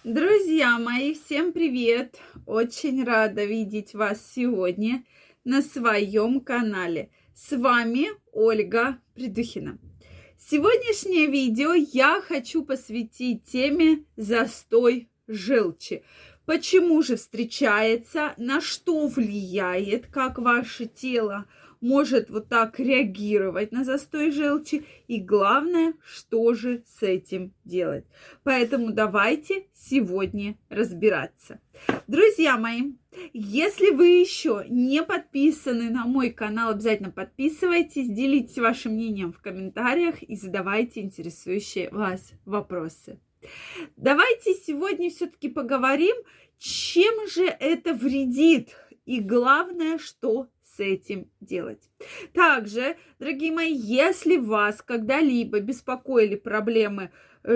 Друзья мои, всем привет! Очень рада видеть вас сегодня на своем канале. С вами Ольга Придухина. Сегодняшнее видео я хочу посвятить теме застой желчи. Почему же встречается, на что влияет, как ваше тело может вот так реагировать на застой желчи и главное, что же с этим делать. Поэтому давайте сегодня разбираться. Друзья мои, если вы еще не подписаны на мой канал, обязательно подписывайтесь, делитесь вашим мнением в комментариях и задавайте интересующие вас вопросы. Давайте сегодня все-таки поговорим, чем же это вредит и главное, что с этим делать. Также, дорогие мои, если вас когда-либо беспокоили проблемы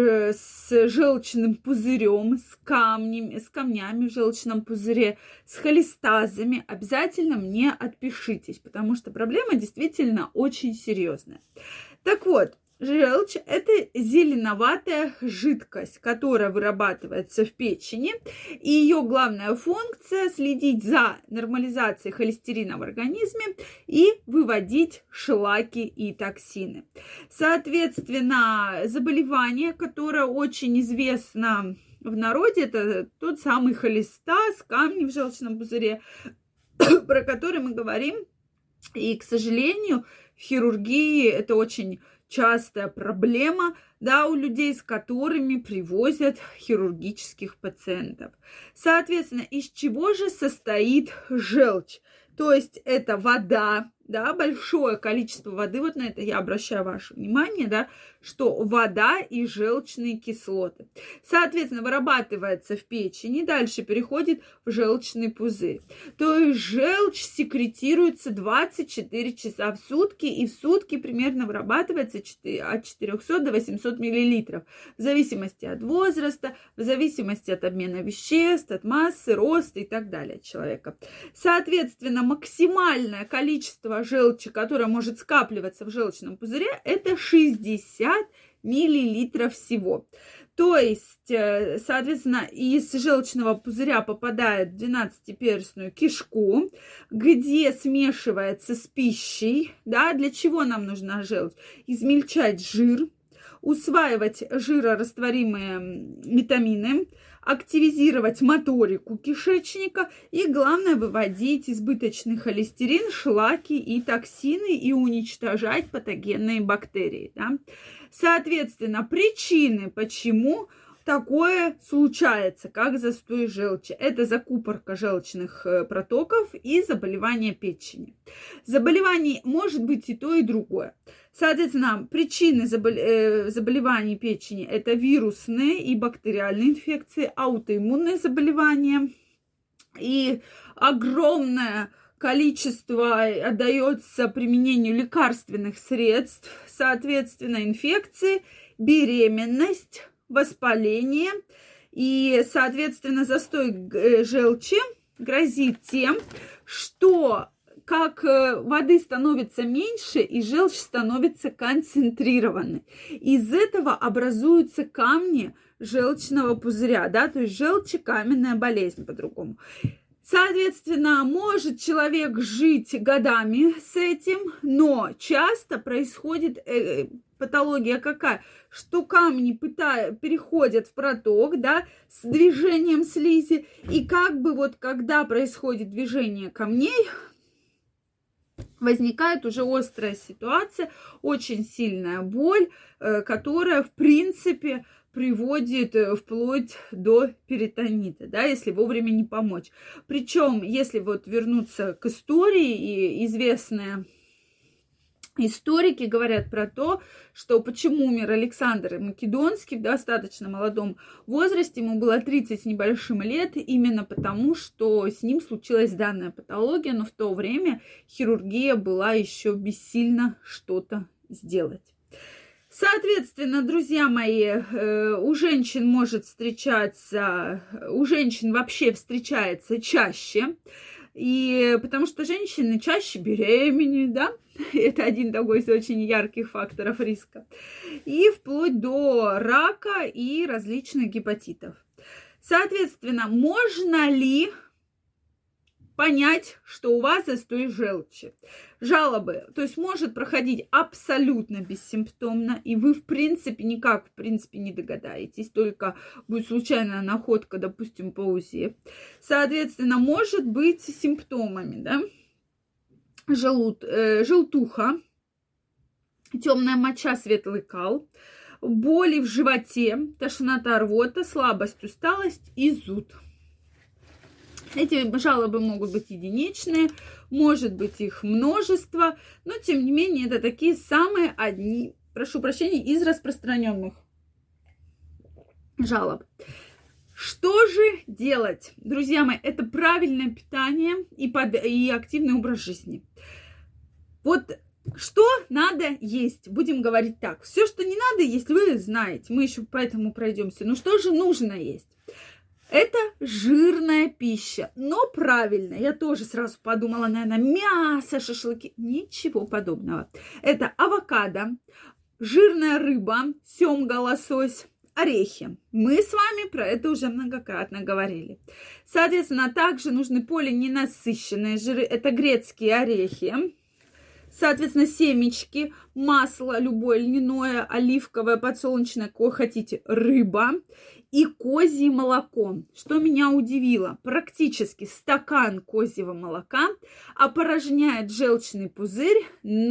с желчным пузырем, с камнями в желчном пузыре, с холестазами, обязательно мне отпишитесь, потому что проблема действительно очень серьезная. Так вот, желчь – это зеленоватая жидкость, которая вырабатывается в печени, и ее главная функция – следить за нормализацией холестерина в организме и выводить шлаки и токсины. Соответственно, заболевание, которое очень известно в народе, это тот самый холестаз, камни в желчном пузыре, про который мы говорим, и, к сожалению, в хирургии это очень частая проблема, да, у людей, с которыми привозят хирургических пациентов. Соответственно, из чего же состоит желчь? То есть это вода, да, большое количество воды, вот на это я обращаю ваше внимание, да, что вода и желчные кислоты. Соответственно, вырабатывается в печени, дальше переходит в желчный пузырь. То есть желчь секретируется 24 часа в сутки, и в сутки примерно вырабатывается от 400 до 800 миллилитров, в зависимости от возраста, в зависимости от обмена веществ, от массы, роста и так далее человека. Соответственно, максимальное количество желчи, которая может скапливаться в желчном пузыре, это 60 миллилитров всего. То есть, соответственно, из желчного пузыря попадает в 12-перстную кишку, где смешивается с пищей. Да? Для чего нам нужна желчь? Измельчать жир, усваивать жирорастворимые витамины, активизировать моторику кишечника и, главное, выводить избыточный холестерин, шлаки и токсины и уничтожать патогенные бактерии. Да? Соответственно, причины, почему такое случается, как застой желчи. Это закупорка желчных протоков и заболевание печени. Заболеваний может быть и то, и другое. Соответственно, причины заболеваний печени – это вирусные и бактериальные инфекции, аутоиммунные заболевания. И огромное количество отдается применению лекарственных средств, соответственно, инфекции, беременность, воспаление. И, соответственно, застой желчи грозит тем, что как воды становится меньше, и желчь становится концентрированной. Из этого образуются камни желчного пузыря, да, то есть желчекаменная болезнь по-другому. Соответственно, может человек жить годами с этим, но часто происходит патология какая? Что камни переходят в проток, да, с движением слизи, и как бы вот когда происходит движение камней, возникает уже острая ситуация, очень сильная боль, которая, в принципе, приводит вплоть до перитонита, да, если вовремя не помочь. Причем, если вот вернуться к истории, и известные историки говорят про то, что почему умер Александр Македонский в достаточно молодом возрасте, ему было 30 с небольшим лет, именно потому, что с ним случилась данная патология, но в то время хирургия была еще бессильна что-то сделать. Соответственно, друзья мои, у женщин вообще встречается чаще, и потому что женщины чаще беременеют, да, это один такой из очень ярких факторов риска, и вплоть до рака и различных гепатитов. Соответственно, можно ли понять, что у вас застой желчи? Жалобы, то есть может проходить абсолютно бессимптомно, и вы, в принципе, никак, не догадаетесь, только будет случайная находка, допустим, по УЗИ. Соответственно, может быть симптомами, да, желтуха, темная моча, светлый кал, боли в животе, тошнота, рвота, слабость, усталость и зуд. Эти жалобы могут быть единичные, может быть их множество, но тем не менее это такие самые одни, прошу прощения, из распространенных жалоб. Что же делать? Друзья мои, это правильное питание и активный образ жизни. Вот что надо есть? Будем говорить так. Все, что не надо есть, вы знаете. Мы еще поэтому пройдемся. Но что же нужно есть? Это жирная пища, но правильно. Я тоже сразу подумала, наверное, мясо, шашлыки. Ничего подобного. Это авокадо, жирная рыба, семга, лосось, орехи. Мы с вами про это уже многократно говорили. Соответственно, также нужны полиненасыщенные жиры. Это грецкие орехи. Соответственно, семечки, масло любое, льняное, оливковое, подсолнечное, какое хотите, рыба и козье молоко. Что меня удивило, практически стакан козьего молока опорожняет желчный пузырь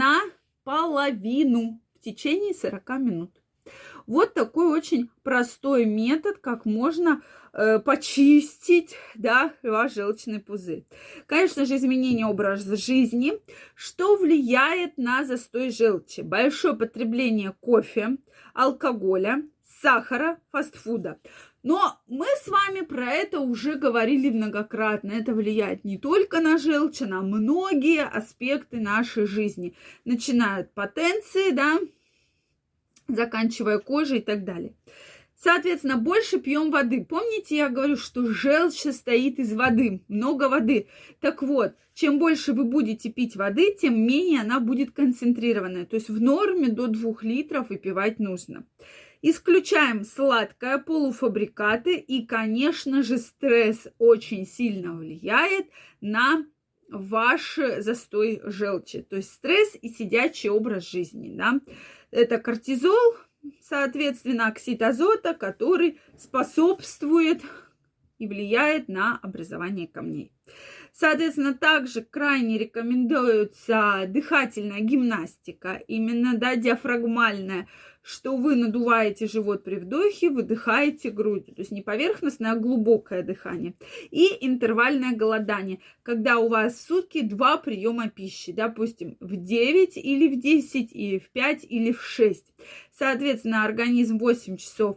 наполовину в течение 40 минут. Вот такой очень простой метод, как можно почистить, да, ваш желчный пузырь. Конечно же, изменение образа жизни. Что влияет на застой желчи? Большое потребление кофе, алкоголя, сахара, фастфуда. Но мы с вами про это уже говорили многократно. Это влияет не только на желчь, а на многие аспекты нашей жизни. Начиная от потенции, да, заканчивая кожей и так далее. Соответственно, больше пьем воды. Помните, я говорю, что желчь состоит из воды, много воды. Так вот, чем больше вы будете пить воды, тем менее она будет концентрированная. То есть в норме до 2 литров выпивать нужно. Исключаем сладкое, полуфабрикаты и, конечно же, стресс очень сильно влияет на ваш застой желчи. То есть стресс и сидячий образ жизни, да. Это кортизол, соответственно, оксид азота, который способствует и влияет на образование камней. Соответственно, также крайне рекомендуется дыхательная гимнастика, именно, да, диафрагмальная, что вы надуваете живот при вдохе, выдыхаете грудью. То есть не поверхностное, а глубокое дыхание. И интервальное голодание, когда у вас в сутки 2 приема пищи, допустим, в 9 или в 10, или в 5, или в 6. Соответственно, организм 8 часов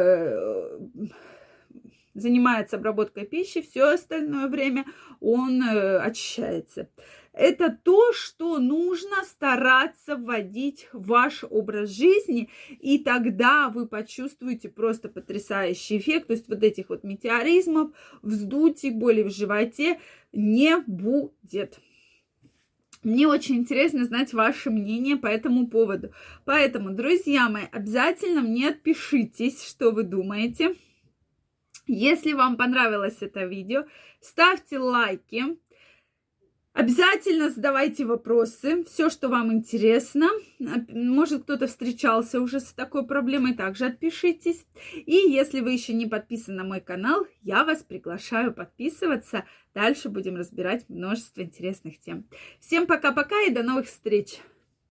занимается обработкой пищи, все остальное время он очищается. Это то, что нужно стараться вводить в ваш образ жизни, и тогда вы почувствуете просто потрясающий эффект. То есть вот этих вот метеоризмов, вздутий, боли в животе не будет. Мне очень интересно знать ваше мнение по этому поводу. Поэтому, друзья мои, обязательно мне отпишитесь, что вы думаете. Если вам понравилось это видео, ставьте лайки. Обязательно задавайте вопросы, все, что вам интересно. Может, кто-то встречался уже с такой проблемой, также отпишитесь. И если вы еще не подписаны на мой канал, я вас приглашаю подписываться. Дальше будем разбирать множество интересных тем. Всем пока-пока и до новых встреч!